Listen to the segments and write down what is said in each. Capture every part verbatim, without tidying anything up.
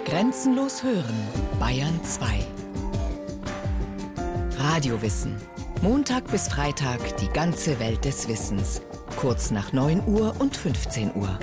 Grenzenlos hören, Bayern zwei. Radiowissen. Montag bis Freitag die ganze Welt des Wissens. Kurz nach neun Uhr und fünfzehn Uhr.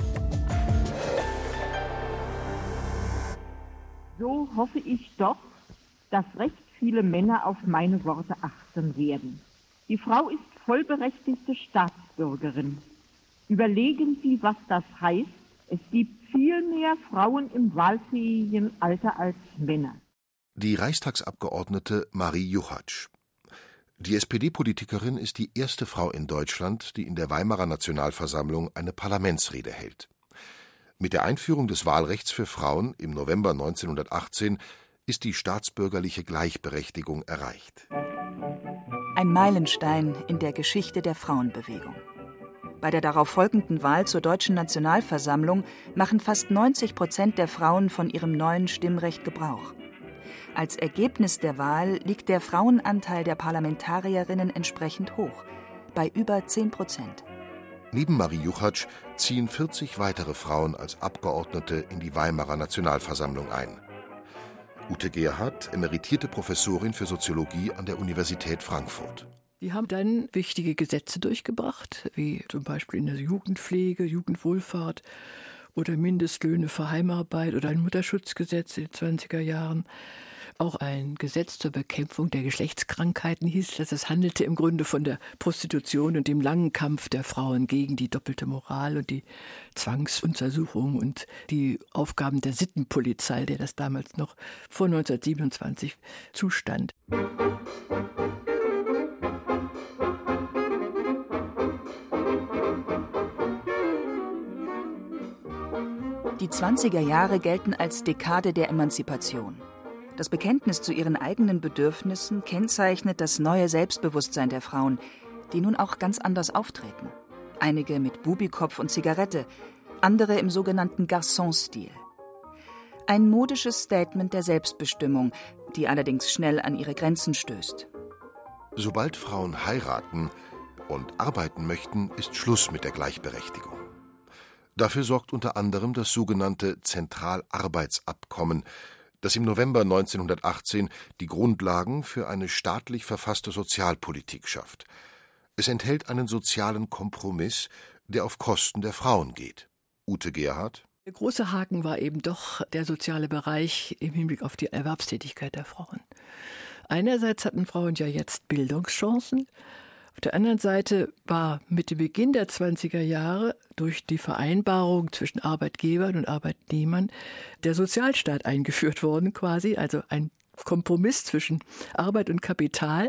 So hoffe ich doch, dass recht viele Männer auf meine Worte achten werden. Die Frau ist vollberechtigte Staatsbürgerin. Überlegen Sie, was das heißt. Es gibt viel mehr Frauen im wahlfähigen Alter als Männer. Die Reichstagsabgeordnete Marie Juchatsch. Die S P D-Politikerin ist die erste Frau in Deutschland, die in der Weimarer Nationalversammlung eine Parlamentsrede hält. Mit der Einführung des Wahlrechts für Frauen im November neunzehnhundertachtzehn ist die staatsbürgerliche Gleichberechtigung erreicht. Ein Meilenstein in der Geschichte der Frauenbewegung. Bei der darauf folgenden Wahl zur Deutschen Nationalversammlung machen fast neunzig Prozent der Frauen von ihrem neuen Stimmrecht Gebrauch. Als Ergebnis der Wahl liegt der Frauenanteil der Parlamentarierinnen entsprechend hoch, bei über zehn Prozent. Neben Marie Juchatsch ziehen vierzig weitere Frauen als Abgeordnete in die Weimarer Nationalversammlung ein. Ute Gerhard, emeritierte Professorin für Soziologie an der Universität Frankfurt. Die haben dann wichtige Gesetze durchgebracht, wie zum Beispiel in der Jugendpflege, Jugendwohlfahrt oder Mindestlöhne für Heimarbeit oder ein Mutterschutzgesetz in den zwanziger Jahren. Auch ein Gesetz zur Bekämpfung der Geschlechtskrankheiten hieß, dass es handelte im Grunde von der Prostitution und dem langen Kampf der Frauen gegen die doppelte Moral und die Zwangsuntersuchung und die Aufgaben der Sittenpolizei, der das damals noch vor neunzehnhundertsiebenundzwanzig zustand. Die zwanziger Jahre gelten als Dekade der Emanzipation. Das Bekenntnis zu ihren eigenen Bedürfnissen kennzeichnet das neue Selbstbewusstsein der Frauen, die nun auch ganz anders auftreten. Einige mit Bubikopf und Zigarette, andere im sogenannten Garçon-Stil. Ein modisches Statement der Selbstbestimmung, die allerdings schnell an ihre Grenzen stößt. Sobald Frauen heiraten und arbeiten möchten, ist Schluss mit der Gleichberechtigung. Dafür sorgt unter anderem das sogenannte Zentralarbeitsabkommen, das im November neunzehnhundertachtzehn die Grundlagen für eine staatlich verfasste Sozialpolitik schafft. Es enthält einen sozialen Kompromiss, der auf Kosten der Frauen geht. Ute Gerhard. Der große Haken war eben doch der soziale Bereich im Hinblick auf die Erwerbstätigkeit der Frauen. Einerseits hatten Frauen ja jetzt Bildungschancen. Auf der anderen Seite war mit dem Beginn der zwanziger Jahre durch die Vereinbarung zwischen Arbeitgebern und Arbeitnehmern der Sozialstaat eingeführt worden quasi, also ein Kompromiss zwischen Arbeit und Kapital,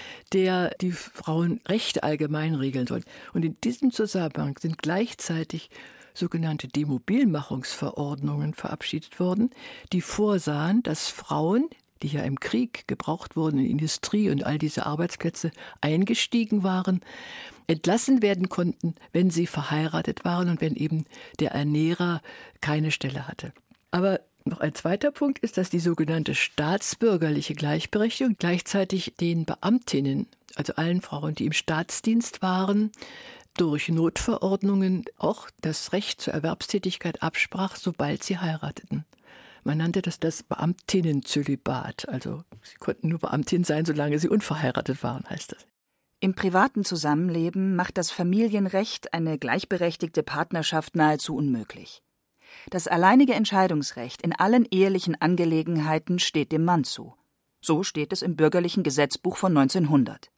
der die Frauenrechte allgemein regeln soll. Und in diesem Zusammenhang sind gleichzeitig sogenannte Demobilmachungsverordnungen verabschiedet worden, die vorsahen, dass Frauen, die ja im Krieg gebraucht wurden, in Industrie und all diese Arbeitsplätze eingestiegen waren, entlassen werden konnten, wenn sie verheiratet waren und wenn eben der Ernährer keine Stelle hatte. Aber noch ein zweiter Punkt ist, dass die sogenannte staatsbürgerliche Gleichberechtigung gleichzeitig den Beamtinnen, also allen Frauen, die im Staatsdienst waren, durch Notverordnungen auch das Recht zur Erwerbstätigkeit absprach, sobald sie heirateten. Man nannte das das Beamtinnenzölibat, also sie konnten nur Beamtin sein, solange sie unverheiratet waren, heißt das. Im privaten Zusammenleben macht das Familienrecht eine gleichberechtigte Partnerschaft nahezu unmöglich. Das alleinige Entscheidungsrecht in allen ehelichen Angelegenheiten steht dem Mann zu. So steht es im Bürgerlichen Gesetzbuch von neunzehnhundert.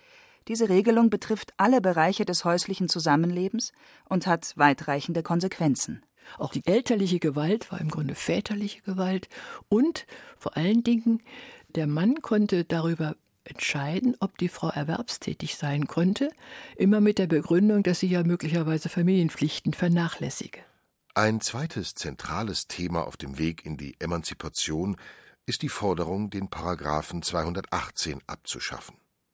Diese Regelung betrifft alle Bereiche des häuslichen Zusammenlebens und hat weitreichende Konsequenzen. Auch die elterliche Gewalt war im Grunde väterliche Gewalt und vor allen Dingen der Mann konnte darüber entscheiden, ob die Frau erwerbstätig sein konnte, immer mit der Begründung, dass sie ja möglicherweise Familienpflichten vernachlässige. Ein zweites zentrales Thema auf dem Weg in die Emanzipation ist die Forderung, den Paragraphen zweihundertachtzehn abzuschaffen.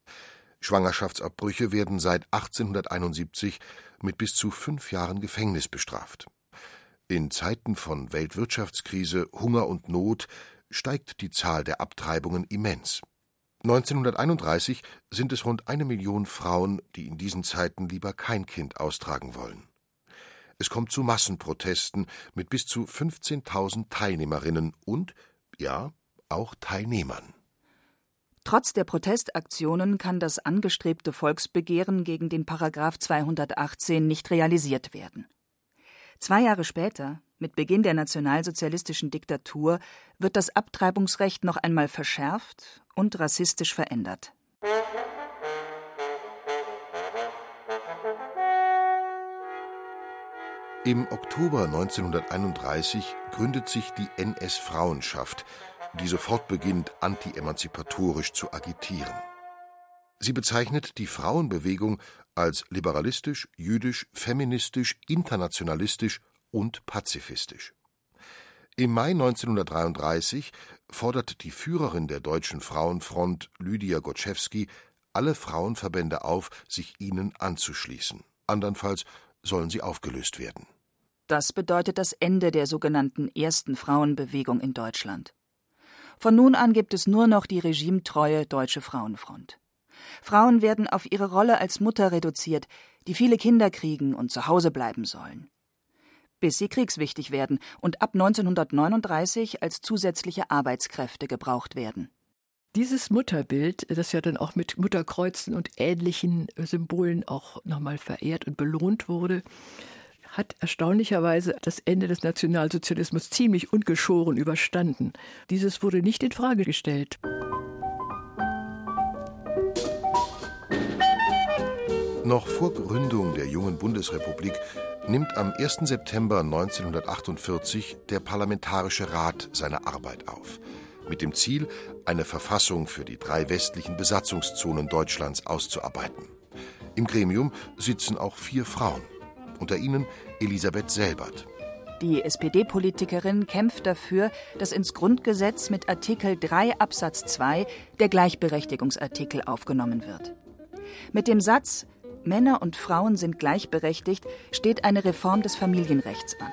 Schwangerschaftsabbrüche werden seit achtzehnhunderteinundsiebzig mit bis zu fünf Jahren Gefängnis bestraft. In Zeiten von Weltwirtschaftskrise, Hunger und Not steigt die Zahl der Abtreibungen immens. neunzehnhunderteinunddreißig sind es rund eine Million Frauen, die in diesen Zeiten lieber kein Kind austragen wollen. Es kommt zu Massenprotesten mit bis zu fünfzehntausend Teilnehmerinnen und, ja, auch Teilnehmern. Trotz der Protestaktionen kann das angestrebte Volksbegehren gegen den Paragraph zweihundertachtzehn nicht realisiert werden. Zwei Jahre später, mit Beginn der nationalsozialistischen Diktatur, wird das Abtreibungsrecht noch einmal verschärft und rassistisch verändert. Im Oktober neunzehnhunderteinunddreißig gründet sich die N S-Frauenschaft, die sofort beginnt, anti-emanzipatorisch zu agitieren. Sie bezeichnet die Frauenbewegung als liberalistisch, jüdisch, feministisch, internationalistisch und pazifistisch. Im Mai neunzehnhundertdreiunddreißig fordert die Führerin der Deutschen Frauenfront, Lydia Gottschewski, alle Frauenverbände auf, sich ihnen anzuschließen. Andernfalls sollen sie aufgelöst werden. Das bedeutet das Ende der sogenannten ersten Frauenbewegung in Deutschland. Von nun an gibt es nur noch die regimetreue Deutsche Frauenfront. Frauen werden auf ihre Rolle als Mutter reduziert, die viele Kinder kriegen und zu Hause bleiben sollen. Bis sie kriegswichtig werden und ab neunzehnhundertneununddreißig als zusätzliche Arbeitskräfte gebraucht werden. Dieses Mutterbild, das ja dann auch mit Mutterkreuzen und ähnlichen Symbolen auch nochmal verehrt und belohnt wurde, hat erstaunlicherweise das Ende des Nationalsozialismus ziemlich ungeschoren überstanden. Dieses wurde nicht in Frage gestellt. Noch vor Gründung der jungen Bundesrepublik nimmt am ersten September neunzehnhundertachtundvierzig der Parlamentarische Rat seine Arbeit auf, mit dem Ziel, eine Verfassung für die drei westlichen Besatzungszonen Deutschlands auszuarbeiten. Im Gremium sitzen auch vier Frauen, unter ihnen Elisabeth Selbert. Die S P D-Politikerin kämpft dafür, dass ins Grundgesetz mit Artikel drei Absatz zwei der Gleichberechtigungsartikel aufgenommen wird. Mit dem Satz »Männer und Frauen sind gleichberechtigt« steht eine Reform des Familienrechts an.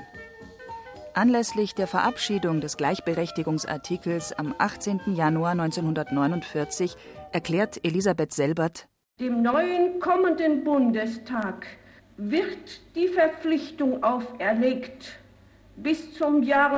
Anlässlich der Verabschiedung des Gleichberechtigungsartikels am achtzehnten Januar neunzehnhundertneunundvierzig erklärt Elisabeth Selbert: Dem neuen kommenden Bundestag wird die Verpflichtung auferlegt, bis zum Jahre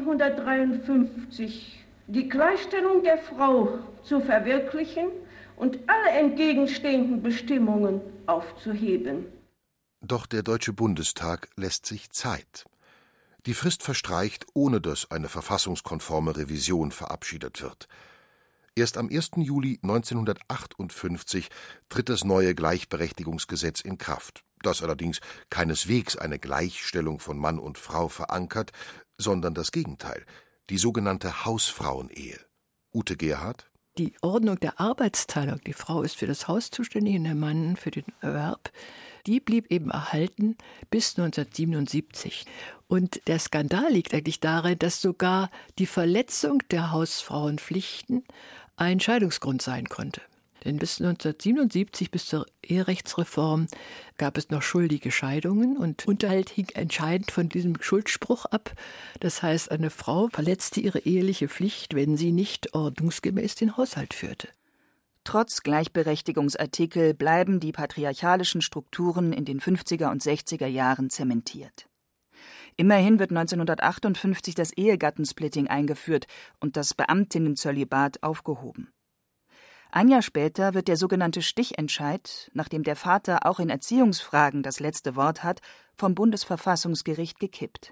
neunzehnhundertdreiundfünfzig die Gleichstellung der Frau zu verwirklichen und alle entgegenstehenden Bestimmungen aufzuheben. Doch der Deutsche Bundestag lässt sich Zeit. Die Frist verstreicht, ohne dass eine verfassungskonforme Revision verabschiedet wird. Erst am ersten Juli neunzehnhundertachtundfünfzig tritt das neue Gleichberechtigungsgesetz in Kraft, das allerdings keineswegs eine Gleichstellung von Mann und Frau verankert, sondern das Gegenteil, die sogenannte Hausfrauenehe. Ute Gerhard? Die Ordnung der Arbeitsteilung, die Frau ist für das Haus zuständig und der Mann für den Erwerb, die blieb eben erhalten bis neunzehnhundertsiebenundsiebzig. Und der Skandal liegt eigentlich darin, dass sogar die Verletzung der Hausfrauenpflichten ein Scheidungsgrund sein konnte. Denn bis neunzehnhundertsiebenundsiebzig, bis zur Eherechtsreform, gab es noch schuldige Scheidungen und Unterhalt hing entscheidend von diesem Schuldspruch ab. Das heißt, eine Frau verletzte ihre eheliche Pflicht, wenn sie nicht ordnungsgemäß den Haushalt führte. Trotz Gleichberechtigungsartikel bleiben die patriarchalischen Strukturen in den fünfziger und sechziger Jahren zementiert. Immerhin wird neunzehnhundertachtundfünfzig das Ehegattensplitting eingeführt und das Beamtinnenzölibat aufgehoben. Ein Jahr später wird der sogenannte Stichentscheid, nachdem der Vater auch in Erziehungsfragen das letzte Wort hat, vom Bundesverfassungsgericht gekippt.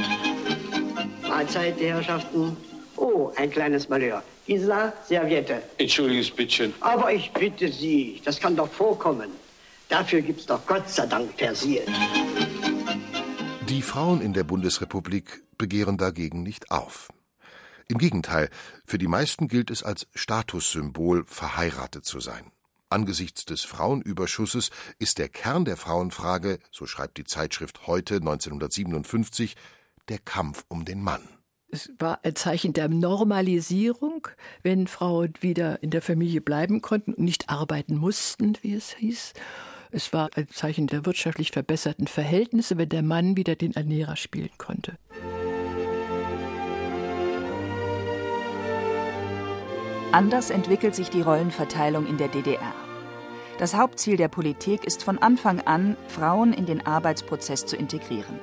Mahlzeit, die Herrschaften. Oh, ein kleines Malheur. Gisela, Serviette. Entschuldiges bittchen. Aber ich bitte Sie, das kann doch vorkommen. Dafür gibt's doch Gott sei Dank Persil. Die Frauen in der Bundesrepublik begehren dagegen nicht auf. Im Gegenteil, für die meisten gilt es als Statussymbol, verheiratet zu sein. Angesichts des Frauenüberschusses ist der Kern der Frauenfrage, so schreibt die Zeitschrift Heute neunzehnhundertsiebenundfünfzig, der Kampf um den Mann. Es war ein Zeichen der Normalisierung, wenn Frauen wieder in der Familie bleiben konnten und nicht arbeiten mussten, wie es hieß. Es war ein Zeichen der wirtschaftlich verbesserten Verhältnisse, wenn der Mann wieder den Ernährer spielen konnte. Anders entwickelt sich die Rollenverteilung in der D D R. Das Hauptziel der Politik ist von Anfang an, Frauen in den Arbeitsprozess zu integrieren.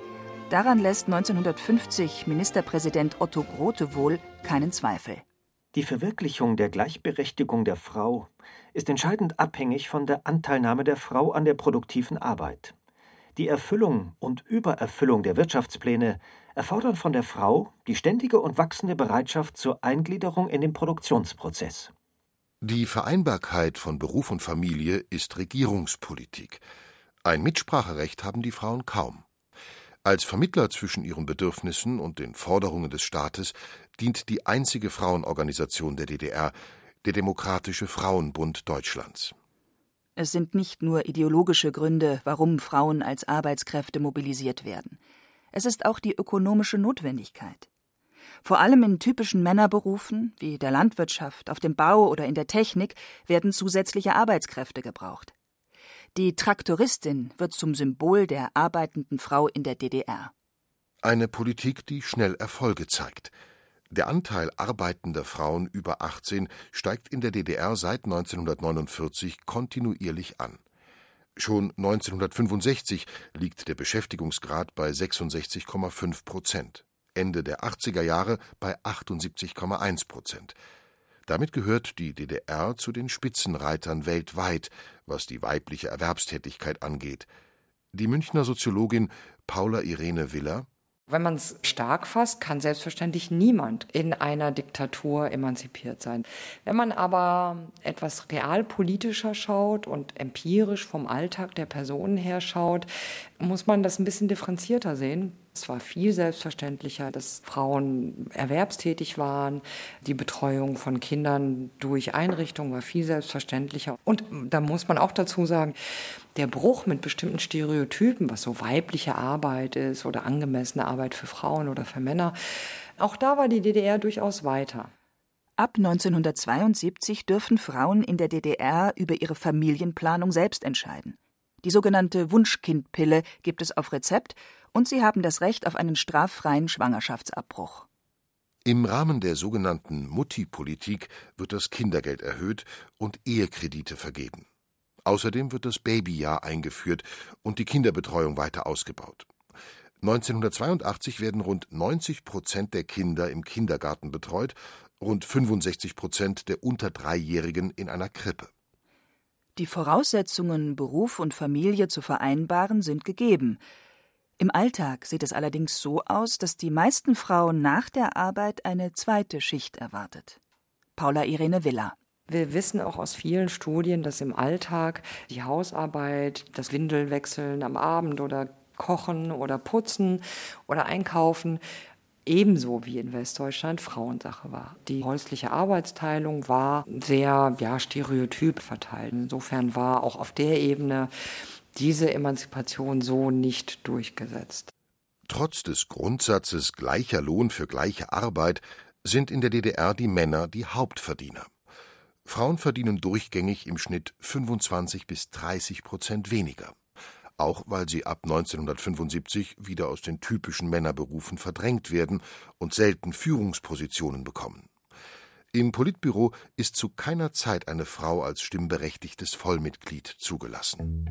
Daran lässt neunzehnhundertfünfzig Ministerpräsident Otto Grote wohl keinen Zweifel. Die Verwirklichung der Gleichberechtigung der Frau ist entscheidend abhängig von der Anteilnahme der Frau an der produktiven Arbeit. Die Erfüllung und Übererfüllung der Wirtschaftspläne erfordern von der Frau die ständige und wachsende Bereitschaft zur Eingliederung in den Produktionsprozess. Die Vereinbarkeit von Beruf und Familie ist Regierungspolitik. Ein Mitspracherecht haben die Frauen kaum. Als Vermittler zwischen ihren Bedürfnissen und den Forderungen des Staates dient die einzige Frauenorganisation der D D R, der Demokratische Frauenbund Deutschlands. Es sind nicht nur ideologische Gründe, warum Frauen als Arbeitskräfte mobilisiert werden. Es ist auch die ökonomische Notwendigkeit. Vor allem in typischen Männerberufen, wie der Landwirtschaft, auf dem Bau oder in der Technik, werden zusätzliche Arbeitskräfte gebraucht. Die Traktoristin wird zum Symbol der arbeitenden Frau in der D D R. Eine Politik, die schnell Erfolge zeigt. Der Anteil arbeitender Frauen über achtzehn steigt in der D D R seit neunzehnhundertneunundvierzig kontinuierlich an. Schon neunzehnhundertfünfundsechzig liegt der Beschäftigungsgrad bei sechsundsechzig Komma fünf Prozent, Ende der achtziger Jahre bei achtundsiebzig Komma eins Prozent. Damit gehört die D D R zu den Spitzenreitern weltweit, was die weibliche Erwerbstätigkeit angeht. Die Münchner Soziologin Paula Irene Willer: Wenn man es stark fasst, kann selbstverständlich niemand in einer Diktatur emanzipiert sein. Wenn man aber etwas realpolitischer schaut und empirisch vom Alltag der Personen her schaut, muss man das ein bisschen differenzierter sehen. Es war viel selbstverständlicher, dass Frauen erwerbstätig waren. Die Betreuung von Kindern durch Einrichtungen war viel selbstverständlicher. Und da muss man auch dazu sagen, der Bruch mit bestimmten Stereotypen, was so weibliche Arbeit ist oder angemessene Arbeit für Frauen oder für Männer, auch da war die D D R durchaus weiter. Ab neunzehnhundertzweiundsiebzig dürfen Frauen in der D D R über ihre Familienplanung selbst entscheiden. Die sogenannte Wunschkindpille gibt es auf Rezept und sie haben das Recht auf einen straffreien Schwangerschaftsabbruch. Im Rahmen der sogenannten Mutti-Politik wird das Kindergeld erhöht und Ehekredite vergeben. Außerdem wird das Babyjahr eingeführt und die Kinderbetreuung weiter ausgebaut. neunzehnhundertzweiundachtzig werden rund neunzig Prozent der Kinder im Kindergarten betreut, rund fünfundsechzig Prozent der unter Dreijährigen in einer Krippe. Die Voraussetzungen, Beruf und Familie zu vereinbaren, sind gegeben. Im Alltag sieht es allerdings so aus, dass die meisten Frauen nach der Arbeit eine zweite Schicht erwartet. Paula Irene Willer: Wir wissen auch aus vielen Studien, dass im Alltag die Hausarbeit, das Windelwechseln am Abend oder Kochen oder Putzen oder Einkaufen ebenso wie in Westdeutschland Frauensache war. Die häusliche Arbeitsteilung war sehr ja, stereotyp verteilt. Insofern war auch auf der Ebene diese Emanzipation so nicht durchgesetzt. Trotz des Grundsatzes gleicher Lohn für gleiche Arbeit sind in der D D R die Männer die Hauptverdiener. Frauen verdienen durchgängig im Schnitt fünfundzwanzig bis dreißig Prozent weniger. Auch weil sie ab neunzehnhundertfünfundsiebzig wieder aus den typischen Männerberufen verdrängt werden und selten Führungspositionen bekommen. Im Politbüro ist zu keiner Zeit eine Frau als stimmberechtigtes Vollmitglied zugelassen.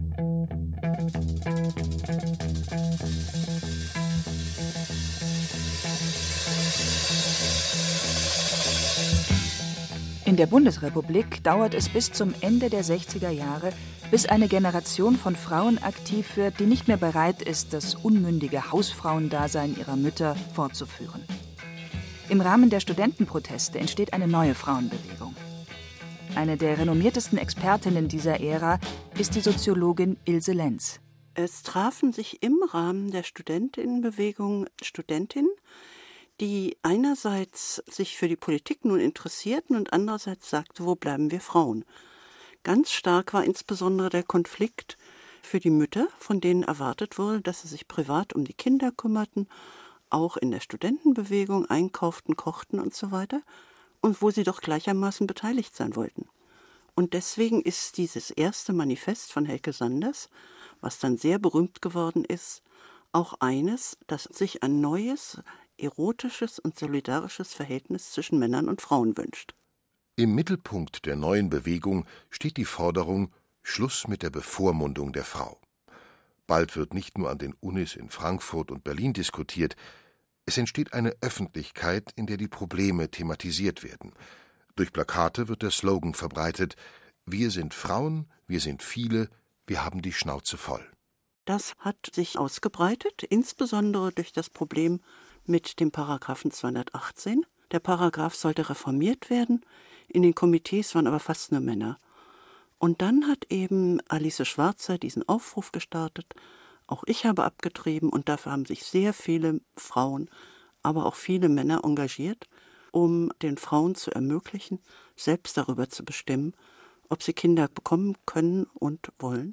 In der Bundesrepublik dauert es bis zum Ende der sechziger Jahre, bis eine Generation von Frauen aktiv wird, die nicht mehr bereit ist, das unmündige Hausfrauendasein ihrer Mütter fortzuführen. Im Rahmen der Studentenproteste entsteht eine neue Frauenbewegung. Eine der renommiertesten Expertinnen dieser Ära ist die Soziologin Ilse Lenz. Es trafen sich im Rahmen der Studentinnenbewegung Studentinnen, die einerseits sich für die Politik nun interessierten und andererseits sagte, wo bleiben wir Frauen? Ganz stark war insbesondere der Konflikt für die Mütter, von denen erwartet wurde, dass sie sich privat um die Kinder kümmerten, auch in der Studentenbewegung einkauften, kochten und so weiter, und wo sie doch gleichermaßen beteiligt sein wollten. Und deswegen ist dieses erste Manifest von Helke Sanders, was dann sehr berühmt geworden ist, auch eines, das sich ein neues, erotisches und solidarisches Verhältnis zwischen Männern und Frauen wünscht. Im Mittelpunkt der neuen Bewegung steht die Forderung Schluss mit der Bevormundung der Frau. Bald wird nicht nur an den Unis in Frankfurt und Berlin diskutiert, es entsteht eine Öffentlichkeit, in der die Probleme thematisiert werden. Durch Plakate wird der Slogan verbreitet: Wir sind Frauen, wir sind viele, wir haben die Schnauze voll. Das hat sich ausgebreitet, insbesondere durch das Problem mit dem Paragraphen zweihundertachtzehn. Der Paragraph sollte reformiert werden, in den Komitees waren aber fast nur Männer. Und dann hat eben Alice Schwarzer diesen Aufruf gestartet. Auch ich habe abgetrieben und dafür haben sich sehr viele Frauen, aber auch viele Männer engagiert, um den Frauen zu ermöglichen, selbst darüber zu bestimmen, ob sie Kinder bekommen können und wollen.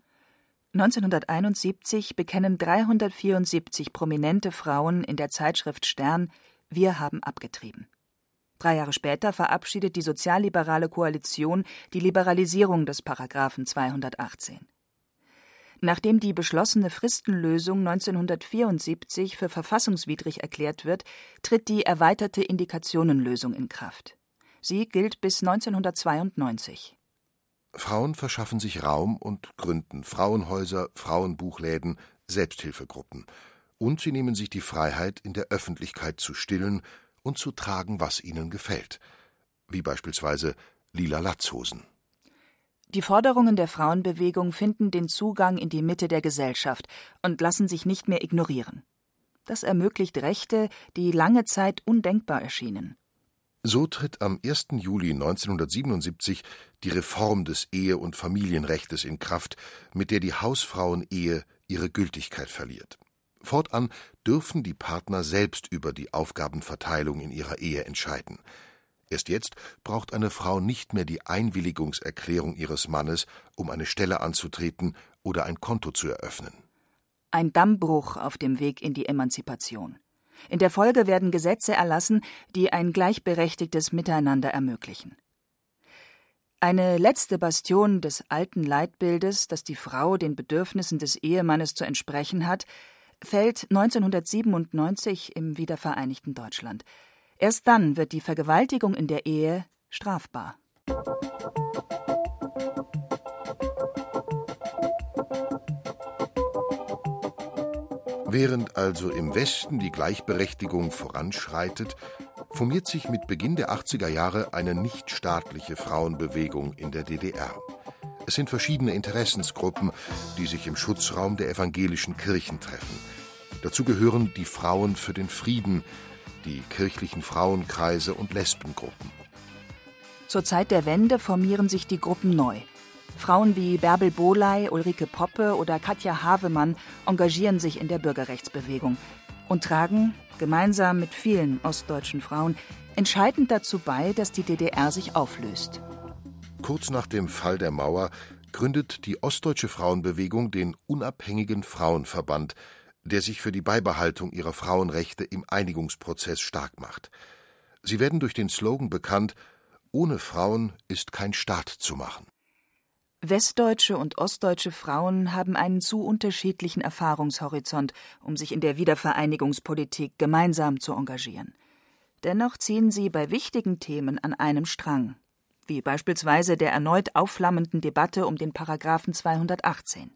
neunzehnhunderteinundsiebzig bekennen dreihundertvierundsiebzig prominente Frauen in der Zeitschrift Stern: Wir haben abgetrieben. Drei Jahre später verabschiedet die sozialliberale Koalition die Liberalisierung des Paragraphen zweihundertachtzehn. Nachdem die beschlossene Fristenlösung neunzehnhundertvierundsiebzig für verfassungswidrig erklärt wird, tritt die erweiterte Indikationenlösung in Kraft. Sie gilt bis neunzehnhundertzweiundneunzig. Frauen verschaffen sich Raum und gründen Frauenhäuser, Frauenbuchläden, Selbsthilfegruppen. Und sie nehmen sich die Freiheit, in der Öffentlichkeit zu stillen und zu tragen, was ihnen gefällt. Wie beispielsweise lila Latzhosen. Die Forderungen der Frauenbewegung finden den Zugang in die Mitte der Gesellschaft und lassen sich nicht mehr ignorieren. Das ermöglicht Rechte, die lange Zeit undenkbar erschienen. So tritt am ersten Juli neunzehnhundertsiebenundsiebzig die Reform des Ehe- und Familienrechtes in Kraft, mit der die Hausfrauenehe ihre Gültigkeit verliert. Fortan dürfen die Partner selbst über die Aufgabenverteilung in ihrer Ehe entscheiden. Erst jetzt braucht eine Frau nicht mehr die Einwilligungserklärung ihres Mannes, um eine Stelle anzutreten oder ein Konto zu eröffnen. Ein Dammbruch auf dem Weg in die Emanzipation. In der Folge werden Gesetze erlassen, die ein gleichberechtigtes Miteinander ermöglichen. Eine letzte Bastion des alten Leitbildes, dass die Frau den Bedürfnissen des Ehemannes zu entsprechen hat, fällt neunzehnhundertsiebenundneunzig im wiedervereinigten Deutschland. Erst dann wird die Vergewaltigung in der Ehe strafbar. Während also im Westen die Gleichberechtigung voranschreitet, formiert sich mit Beginn der achtziger Jahre eine nichtstaatliche Frauenbewegung in der D D R. Es sind verschiedene Interessensgruppen, die sich im Schutzraum der evangelischen Kirchen treffen. Dazu gehören die Frauen für den Frieden, die kirchlichen Frauenkreise und Lesbengruppen. Zur Zeit der Wende formieren sich die Gruppen neu. Frauen wie Bärbel Bohley, Ulrike Poppe oder Katja Havemann engagieren sich in der Bürgerrechtsbewegung und tragen, gemeinsam mit vielen ostdeutschen Frauen, entscheidend dazu bei, dass die D D R sich auflöst. Kurz nach dem Fall der Mauer gründet die ostdeutsche Frauenbewegung den Unabhängigen Frauenverband, der sich für die Beibehaltung ihrer Frauenrechte im Einigungsprozess stark macht. Sie werden durch den Slogan bekannt: Ohne Frauen ist kein Staat zu machen. Westdeutsche und ostdeutsche Frauen haben einen zu unterschiedlichen Erfahrungshorizont, um sich in der Wiedervereinigungspolitik gemeinsam zu engagieren. Dennoch ziehen sie bei wichtigen Themen an einem Strang, wie beispielsweise der erneut aufflammenden Debatte um den Paragraphen zweihundertachtzehn.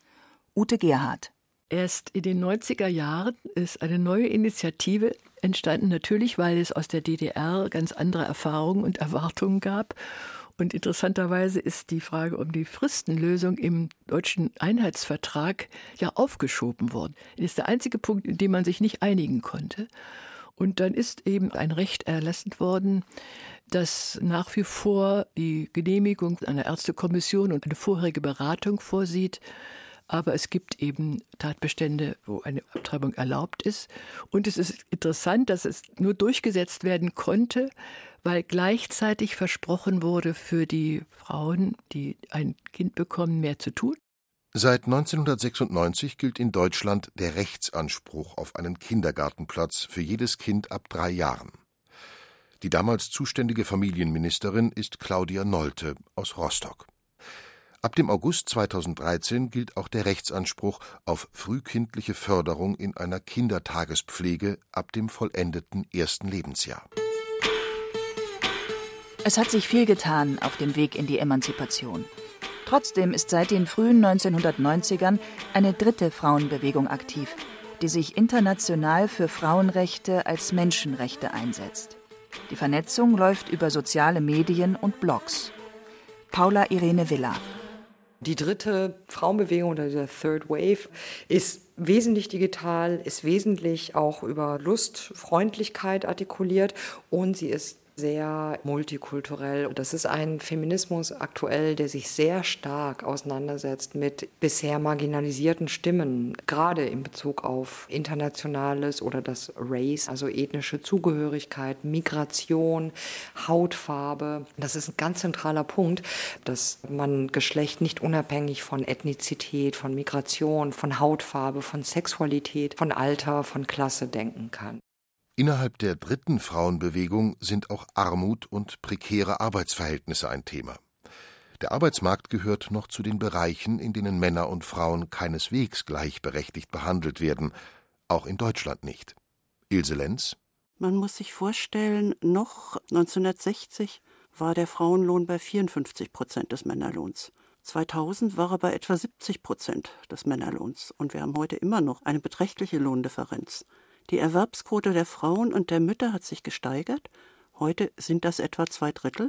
Ute Gerhardt. Erst in den neunziger Jahren ist eine neue Initiative entstanden, natürlich, weil es aus der D D R ganz andere Erfahrungen und Erwartungen gab. Und interessanterweise ist die Frage um die Fristenlösung im deutschen Einheitsvertrag ja aufgeschoben worden. Das ist der einzige Punkt, in dem man sich nicht einigen konnte. Und dann ist eben ein Recht erlassen worden, das nach wie vor die Genehmigung einer Ärztekommission und eine vorherige Beratung vorsieht. Aber es gibt eben Tatbestände, wo eine Abtreibung erlaubt ist. Und es ist interessant, dass es nur durchgesetzt werden konnte, weil gleichzeitig versprochen wurde, für die Frauen, die ein Kind bekommen, mehr zu tun. Seit neunzehnhundertsechsundneunzig gilt in Deutschland der Rechtsanspruch auf einen Kindergartenplatz für jedes Kind ab drei Jahren. Die damals zuständige Familienministerin ist Claudia Nolte aus Rostock. Ab dem August zweitausenddreizehn gilt auch der Rechtsanspruch auf frühkindliche Förderung in einer Kindertagespflege ab dem vollendeten ersten Lebensjahr. Es hat sich viel getan auf dem Weg in die Emanzipation. Trotzdem ist seit den frühen neunzehnhundertneunzigern eine dritte Frauenbewegung aktiv, die sich international für Frauenrechte als Menschenrechte einsetzt. Die Vernetzung läuft über soziale Medien und Blogs. Paula Irene Villa. Die dritte Frauenbewegung oder der Third Wave ist wesentlich digital, ist wesentlich auch über Lust, Freundlichkeit artikuliert und sie ist sehr multikulturell. Das ist ein Feminismus aktuell, der sich sehr stark auseinandersetzt mit bisher marginalisierten Stimmen, gerade in Bezug auf Internationales oder das Race, also ethnische Zugehörigkeit, Migration, Hautfarbe. Das ist ein ganz zentraler Punkt, dass man Geschlecht nicht unabhängig von Ethnizität, von Migration, von Hautfarbe, von Sexualität, von Alter, von Klasse denken kann. Innerhalb der dritten Frauenbewegung sind auch Armut und prekäre Arbeitsverhältnisse ein Thema. Der Arbeitsmarkt gehört noch zu den Bereichen, in denen Männer und Frauen keineswegs gleichberechtigt behandelt werden, auch in Deutschland nicht. Ilse Lenz. Man muss sich vorstellen, noch neunzehnhundertsechzig war der Frauenlohn bei vierundfünfzig Prozent des Männerlohns. zweitausend war er bei etwa siebzig Prozent des Männerlohns. Und wir haben heute immer noch eine beträchtliche Lohndifferenz. Die Erwerbsquote der Frauen und der Mütter hat sich gesteigert. Heute sind das etwa zwei Drittel.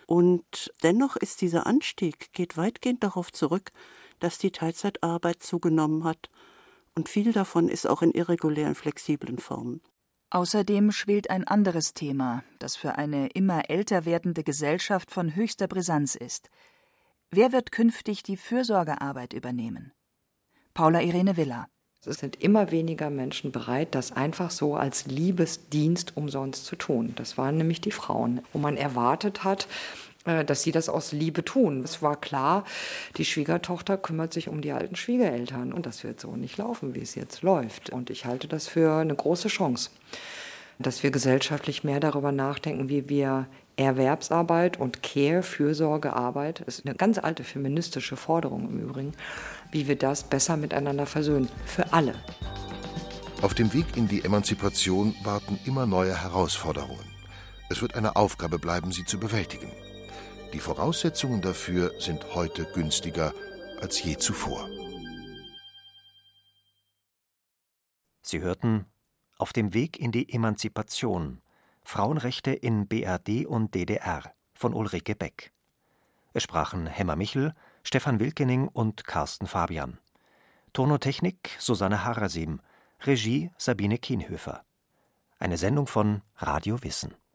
Und dennoch ist dieser Anstieg, geht weitgehend darauf zurück, dass die Teilzeitarbeit zugenommen hat. Und viel davon ist auch in irregulären, flexiblen Formen. Außerdem schwelt ein anderes Thema, das für eine immer älter werdende Gesellschaft von höchster Brisanz ist. Wer wird künftig die Fürsorgearbeit übernehmen? Paula Irene Villa. Es sind immer weniger Menschen bereit, das einfach so als Liebesdienst umsonst zu tun. Das waren nämlich die Frauen, wo man erwartet hat, dass sie das aus Liebe tun. Es war klar, die Schwiegertochter kümmert sich um die alten Schwiegereltern und das wird so nicht laufen, wie es jetzt läuft. Und ich halte das für eine große Chance, dass wir gesellschaftlich mehr darüber nachdenken, wie wir Erwerbsarbeit und Care, Fürsorgearbeit, das ist eine ganz alte feministische Forderung im Übrigen, wie wir das besser miteinander versöhnen, für alle. Auf dem Weg in die Emanzipation warten immer neue Herausforderungen. Es wird eine Aufgabe bleiben, sie zu bewältigen. Die Voraussetzungen dafür sind heute günstiger als je zuvor. Sie hörten Auf dem Weg in die Emanzipation – Frauenrechte in B R D und D D R von Ulrike Beck. Es sprachen Hemmer Michel, Stefan Wilkening und Carsten Fabian. Tonotechnik Susanne Harasim, Regie Sabine Kienhöfer. Eine Sendung von Radio Wissen.